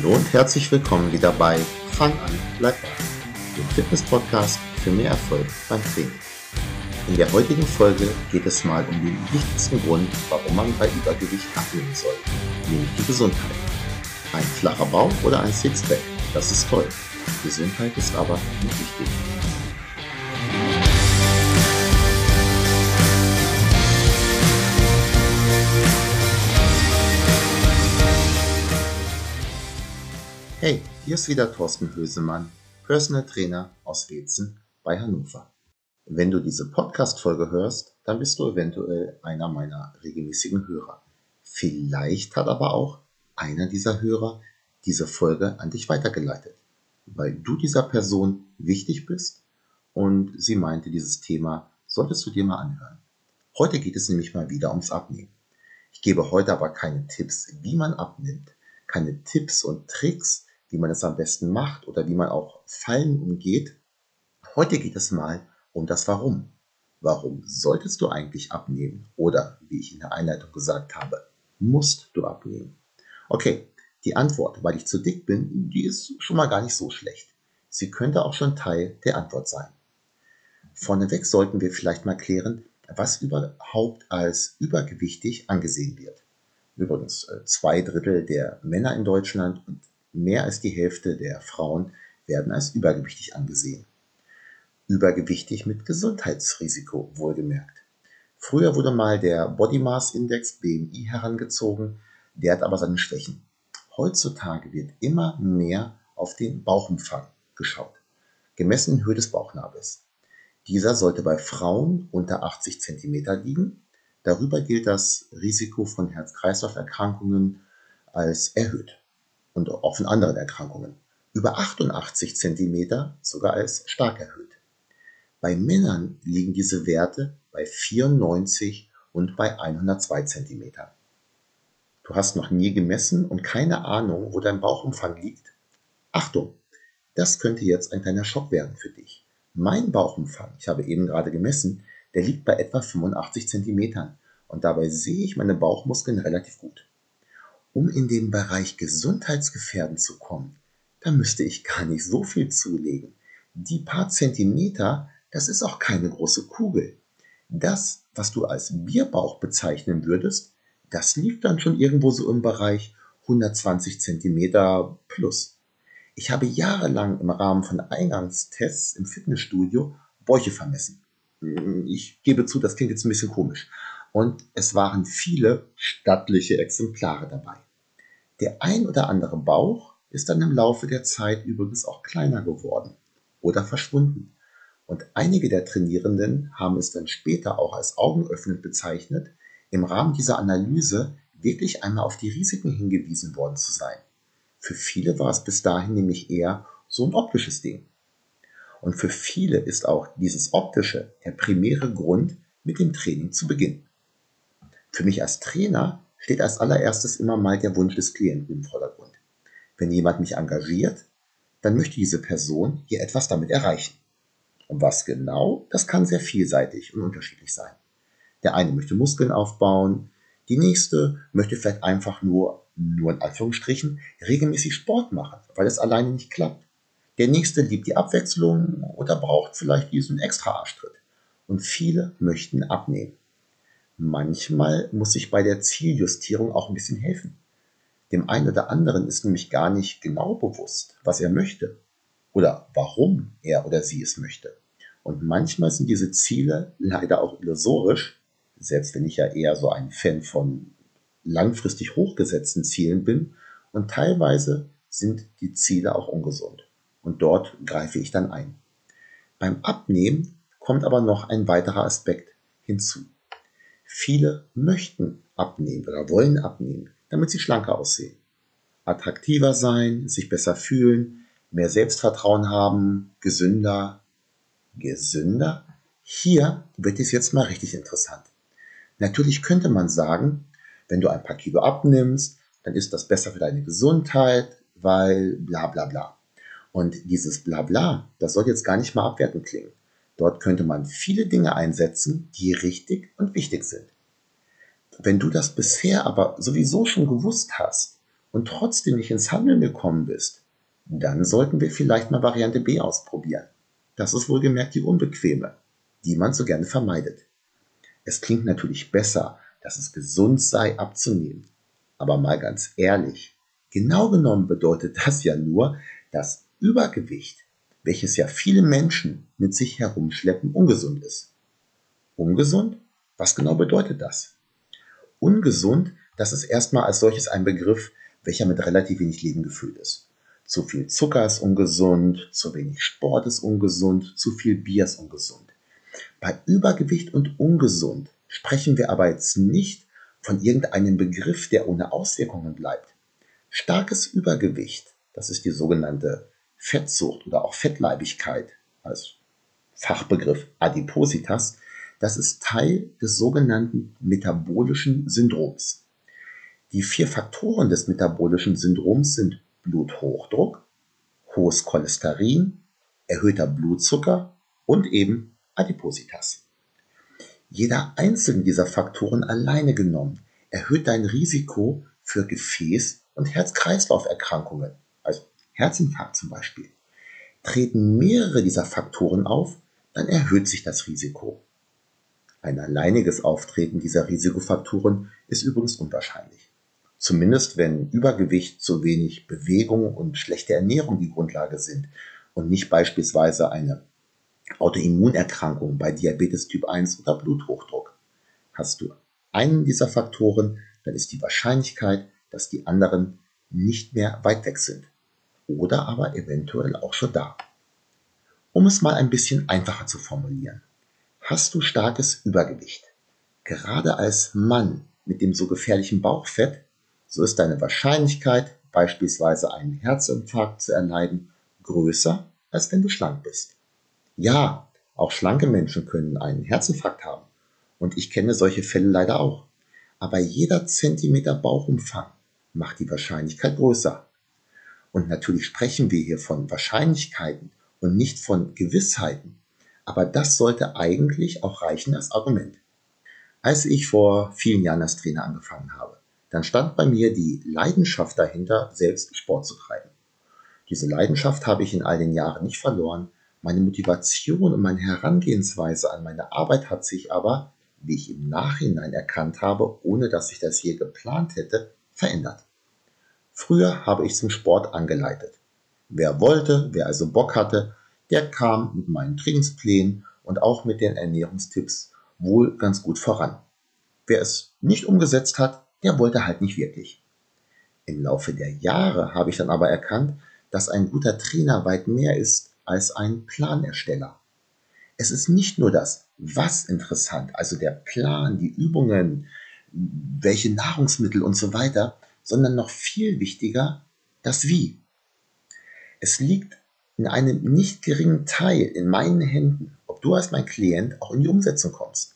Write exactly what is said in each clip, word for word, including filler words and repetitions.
Hallo und herzlich willkommen wieder bei Fang an, bleib dran, dem Fitness-Podcast für mehr Erfolg beim Training. In der heutigen Folge geht es mal um den wichtigsten Grund, warum man bei Übergewicht abnehmen soll, nämlich die Gesundheit. Ein flacher Bauch oder ein Sixpack, das ist toll. Gesundheit ist aber nicht wichtig. Hey, hier ist wieder Thorsten Hösemann, Personal Trainer aus Weetzen bei Hannover. Wenn du diese Podcast-Folge hörst, dann bist du eventuell einer meiner regelmäßigen Hörer. Vielleicht hat aber auch einer dieser Hörer diese Folge an dich weitergeleitet, weil du dieser Person wichtig bist und sie meinte, dieses Thema solltest du dir mal anhören. Heute geht es nämlich mal wieder ums Abnehmen. Ich gebe heute aber keine Tipps, wie man abnimmt, keine Tipps und Tricks, wie man es am besten macht oder wie man auch Fallen umgeht. Heute geht es mal um das Warum. Warum solltest du eigentlich abnehmen? Oder, wie ich in der Einleitung gesagt habe, musst du abnehmen? Okay, die Antwort, weil ich zu dick bin, die ist schon mal gar nicht so schlecht. Sie könnte auch schon Teil der Antwort sein. Vorneweg sollten wir vielleicht mal klären, was überhaupt als übergewichtig angesehen wird. Übrigens, zwei Drittel der Männer in Deutschland und mehr als die Hälfte der Frauen werden als übergewichtig angesehen. Übergewichtig mit Gesundheitsrisiko, wohlgemerkt. Früher wurde mal der Body Mass Index B M I herangezogen, der hat aber seine Schwächen. Heutzutage wird immer mehr auf den Bauchumfang geschaut, gemessen in Höhe des Bauchnabels. Dieser sollte bei Frauen unter achtzig Zentimeter liegen. Darüber gilt das Risiko von Herz-Kreislauf-Erkrankungen als erhöht und auch von anderen Erkrankungen. Über achtundachtzig Zentimeter sogar als stark erhöht. Bei Männern liegen diese Werte bei vierundneunzig und bei hundertzwei Zentimeter. Du hast noch nie gemessen und keine Ahnung, wo dein Bauchumfang liegt? Achtung, das könnte jetzt ein kleiner Schock werden für dich. Mein Bauchumfang, ich habe eben gerade gemessen, der liegt bei etwa fünfundachtzig Zentimetern und dabei sehe ich meine Bauchmuskeln relativ gut. Um in den Bereich gesundheitsgefährdend zu kommen, da müsste ich gar nicht so viel zulegen. Die paar Zentimeter, das ist auch keine große Kugel. Das, was du als Bierbauch bezeichnen würdest, das liegt dann schon irgendwo so im Bereich hundertzwanzig Zentimeter plus. Ich habe jahrelang im Rahmen von Eingangstests im Fitnessstudio Bäuche vermessen. Ich gebe zu, das klingt jetzt ein bisschen komisch. Und es waren viele stattliche Exemplare dabei. Der ein oder andere Bauch ist dann im Laufe der Zeit übrigens auch kleiner geworden oder verschwunden. Und einige der Trainierenden haben es dann später auch als augenöffnend bezeichnet, im Rahmen dieser Analyse wirklich einmal auf die Risiken hingewiesen worden zu sein. Für viele war es bis dahin nämlich eher so ein optisches Ding. Und für viele ist auch dieses Optische der primäre Grund, mit dem Training zu beginnen. Für mich als Trainer steht als allererstes immer mal der Wunsch des Klienten im Vordergrund. Wenn jemand mich engagiert, dann möchte diese Person hier etwas damit erreichen. Und was genau, das kann sehr vielseitig und unterschiedlich sein. Der eine möchte Muskeln aufbauen, die nächste möchte vielleicht einfach nur, nur in Anführungsstrichen, regelmäßig Sport machen, weil es alleine nicht klappt. Der nächste liebt die Abwechslung oder braucht vielleicht diesen extra Arschtritt. Und viele möchten abnehmen. Manchmal muss ich bei der Zieljustierung auch ein bisschen helfen. Dem einen oder anderen ist nämlich gar nicht genau bewusst, was er möchte oder warum er oder sie es möchte. Und manchmal sind diese Ziele leider auch illusorisch, selbst wenn ich ja eher so ein Fan von langfristig hochgesetzten Zielen bin. Und teilweise sind die Ziele auch ungesund. Und dort greife ich dann ein. Beim Abnehmen kommt aber noch ein weiterer Aspekt hinzu. Viele möchten abnehmen oder wollen abnehmen, damit sie schlanker aussehen, attraktiver sein, sich besser fühlen, mehr Selbstvertrauen haben, gesünder. Gesünder? Hier wird es jetzt mal richtig interessant. Natürlich könnte man sagen, wenn du ein paar Kilo abnimmst, dann ist das besser für deine Gesundheit, weil bla bla bla. Und dieses bla bla, das soll jetzt gar nicht mal abwertend klingen. Dort könnte man viele Dinge einsetzen, die richtig und wichtig sind. Wenn du das bisher aber sowieso schon gewusst hast und trotzdem nicht ins Handeln gekommen bist, dann sollten wir vielleicht mal Variante B ausprobieren. Das ist wohlgemerkt die unbequeme, die man so gerne vermeidet. Es klingt natürlich besser, dass es gesund sei, abzunehmen. Aber mal ganz ehrlich, genau genommen bedeutet das ja nur, dass Übergewicht, welches ja viele Menschen mit sich herumschleppen, ungesund ist. Ungesund? Was genau bedeutet das? Ungesund, das ist erstmal als solches ein Begriff, welcher mit relativ wenig Leben gefüllt ist. Zu viel Zucker ist ungesund, zu wenig Sport ist ungesund, zu viel Bier ist ungesund. Bei Übergewicht und ungesund sprechen wir aber jetzt nicht von irgendeinem Begriff, der ohne Auswirkungen bleibt. Starkes Übergewicht, das ist die sogenannte Fettsucht oder auch Fettleibigkeit als Fachbegriff Adipositas, das ist Teil des sogenannten metabolischen Syndroms. Die vier Faktoren des metabolischen Syndroms sind Bluthochdruck, hohes Cholesterin, erhöhter Blutzucker und eben Adipositas. Jeder einzelne dieser Faktoren alleine genommen erhöht dein Risiko für Gefäß- und Herz-Kreislauf-Erkrankungen, also Herzinfarkt zum Beispiel. Treten mehrere dieser Faktoren auf, dann erhöht sich das Risiko. Ein alleiniges Auftreten dieser Risikofaktoren ist übrigens unwahrscheinlich. Zumindest wenn Übergewicht, zu wenig Bewegung und schlechte Ernährung die Grundlage sind und nicht beispielsweise eine Autoimmunerkrankung bei Diabetes Typ eins oder Bluthochdruck. Hast du einen dieser Faktoren, dann ist die Wahrscheinlichkeit, dass die anderen nicht mehr weit weg sind oder aber eventuell auch schon da. Um es mal ein bisschen einfacher zu formulieren. Hast du starkes Übergewicht, gerade als Mann mit dem so gefährlichen Bauchfett, so ist deine Wahrscheinlichkeit, beispielsweise einen Herzinfarkt zu erleiden, größer, als wenn du schlank bist. Ja, auch schlanke Menschen können einen Herzinfarkt haben und ich kenne solche Fälle leider auch. Aber jeder Zentimeter Bauchumfang macht die Wahrscheinlichkeit größer. Und natürlich sprechen wir hier von Wahrscheinlichkeiten und nicht von Gewissheiten. Aber das sollte eigentlich auch reichen als Argument. Als ich vor vielen Jahren als Trainer angefangen habe, dann stand bei mir die Leidenschaft dahinter, selbst Sport zu treiben. Diese Leidenschaft habe ich in all den Jahren nicht verloren. Meine Motivation und meine Herangehensweise an meine Arbeit hat sich aber, wie ich im Nachhinein erkannt habe, ohne dass ich das je geplant hätte, verändert. Früher habe ich zum Sport angeleitet. Wer wollte, wer also Bock hatte, der kam mit meinen Trainingsplänen und auch mit den Ernährungstipps wohl ganz gut voran. Wer es nicht umgesetzt hat, der wollte halt nicht wirklich. Im Laufe der Jahre habe ich dann aber erkannt, dass ein guter Trainer weit mehr ist als ein Planersteller. Es ist nicht nur das Was interessant, also der Plan, die Übungen, welche Nahrungsmittel und so weiter, sondern noch viel wichtiger das Wie. Es liegt in einem nicht geringen Teil in meinen Händen, ob du als mein Klient auch in die Umsetzung kommst.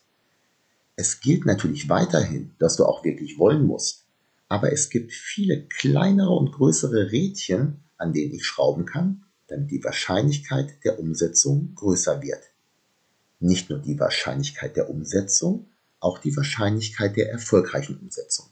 Es gilt natürlich weiterhin, dass du auch wirklich wollen musst, aber es gibt viele kleinere und größere Rädchen, an denen ich schrauben kann, damit die Wahrscheinlichkeit der Umsetzung größer wird. Nicht nur die Wahrscheinlichkeit der Umsetzung, auch die Wahrscheinlichkeit der erfolgreichen Umsetzung.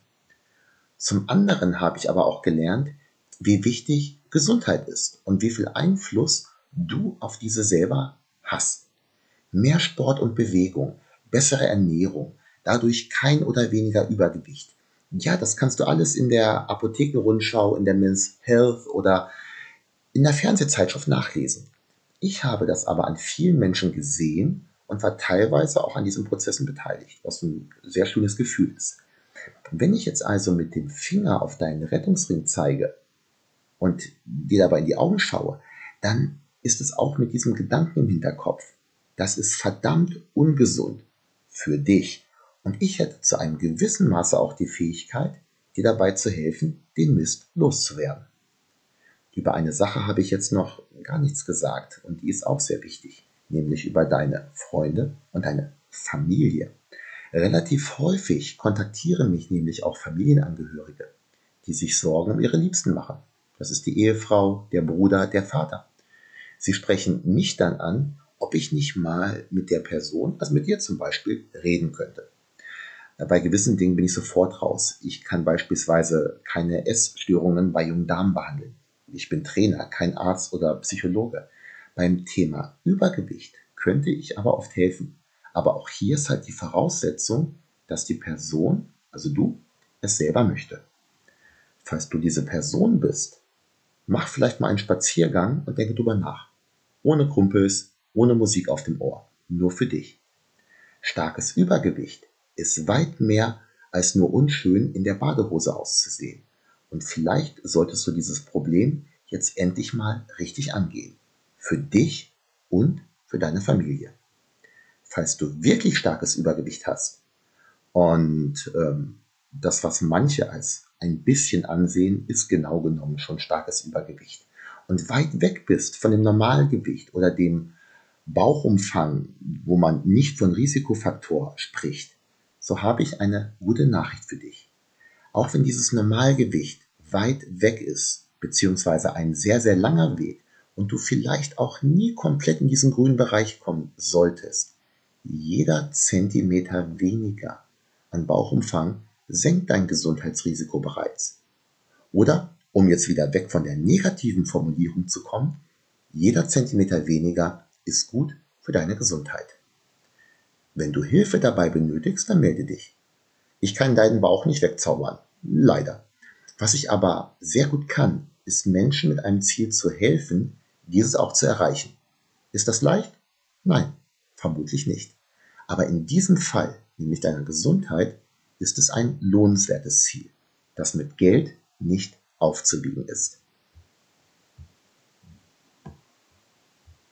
Zum anderen habe ich aber auch gelernt, wie wichtig Gesundheit ist und wie viel Einfluss du auf diese selber hast. Mehr Sport und Bewegung, bessere Ernährung, dadurch kein oder weniger Übergewicht. Ja, das kannst du alles in der Apothekenrundschau, in der Men's Health oder in der Fernsehzeitschrift nachlesen. Ich habe das aber an vielen Menschen gesehen und war teilweise auch an diesen Prozessen beteiligt, was ein sehr schönes Gefühl ist. Wenn ich jetzt also mit dem Finger auf deinen Rettungsring zeige und dir dabei in die Augen schaue, dann ist es auch mit diesem Gedanken im Hinterkopf. Das ist verdammt ungesund für dich. Und ich hätte zu einem gewissen Maße auch die Fähigkeit, dir dabei zu helfen, den Mist loszuwerden. Über eine Sache habe ich jetzt noch gar nichts gesagt und die ist auch sehr wichtig, nämlich über deine Freunde und deine Familie. Relativ häufig kontaktieren mich nämlich auch Familienangehörige, die sich Sorgen um ihre Liebsten machen. Das ist die Ehefrau, der Bruder, der Vater. Sie sprechen mich dann an, ob ich nicht mal mit der Person, also mit dir zum Beispiel, reden könnte. Bei gewissen Dingen bin ich sofort raus. Ich kann beispielsweise keine Essstörungen bei jungen Damen behandeln. Ich bin Trainer, kein Arzt oder Psychologe. Beim Thema Übergewicht könnte ich aber oft helfen. Aber auch hier ist halt die Voraussetzung, dass die Person, also du, es selber möchte. Falls du diese Person bist, mach vielleicht mal einen Spaziergang und denke drüber nach. Ohne Kumpels, ohne Musik auf dem Ohr. Nur für dich. Starkes Übergewicht ist weit mehr als nur unschön in der Badehose auszusehen. Und vielleicht solltest du dieses Problem jetzt endlich mal richtig angehen. Für dich und für deine Familie. Falls du wirklich starkes Übergewicht hast und ähm, das, was manche als ein bisschen ansehen, ist genau genommen schon starkes Übergewicht. Und weit weg bist von dem Normalgewicht oder dem Bauchumfang, wo man nicht von Risikofaktor spricht, so habe ich eine gute Nachricht für dich. Auch wenn dieses Normalgewicht weit weg ist, beziehungsweise ein sehr, sehr langer Weg und du vielleicht auch nie komplett in diesen grünen Bereich kommen solltest, jeder Zentimeter weniger an Bauchumfang senkt dein Gesundheitsrisiko bereits. Oder, um jetzt wieder weg von der negativen Formulierung zu kommen, jeder Zentimeter weniger ist gut für deine Gesundheit. Wenn du Hilfe dabei benötigst, dann melde dich. Ich kann deinen Bauch nicht wegzaubern, leider. Was ich aber sehr gut kann, ist Menschen mit einem Ziel zu helfen, dieses auch zu erreichen. Ist das leicht? Nein, vermutlich nicht. Aber in diesem Fall, nämlich deiner Gesundheit, ist es ein lohnenswertes Ziel, das mit Geld nicht aufzuwiegen ist.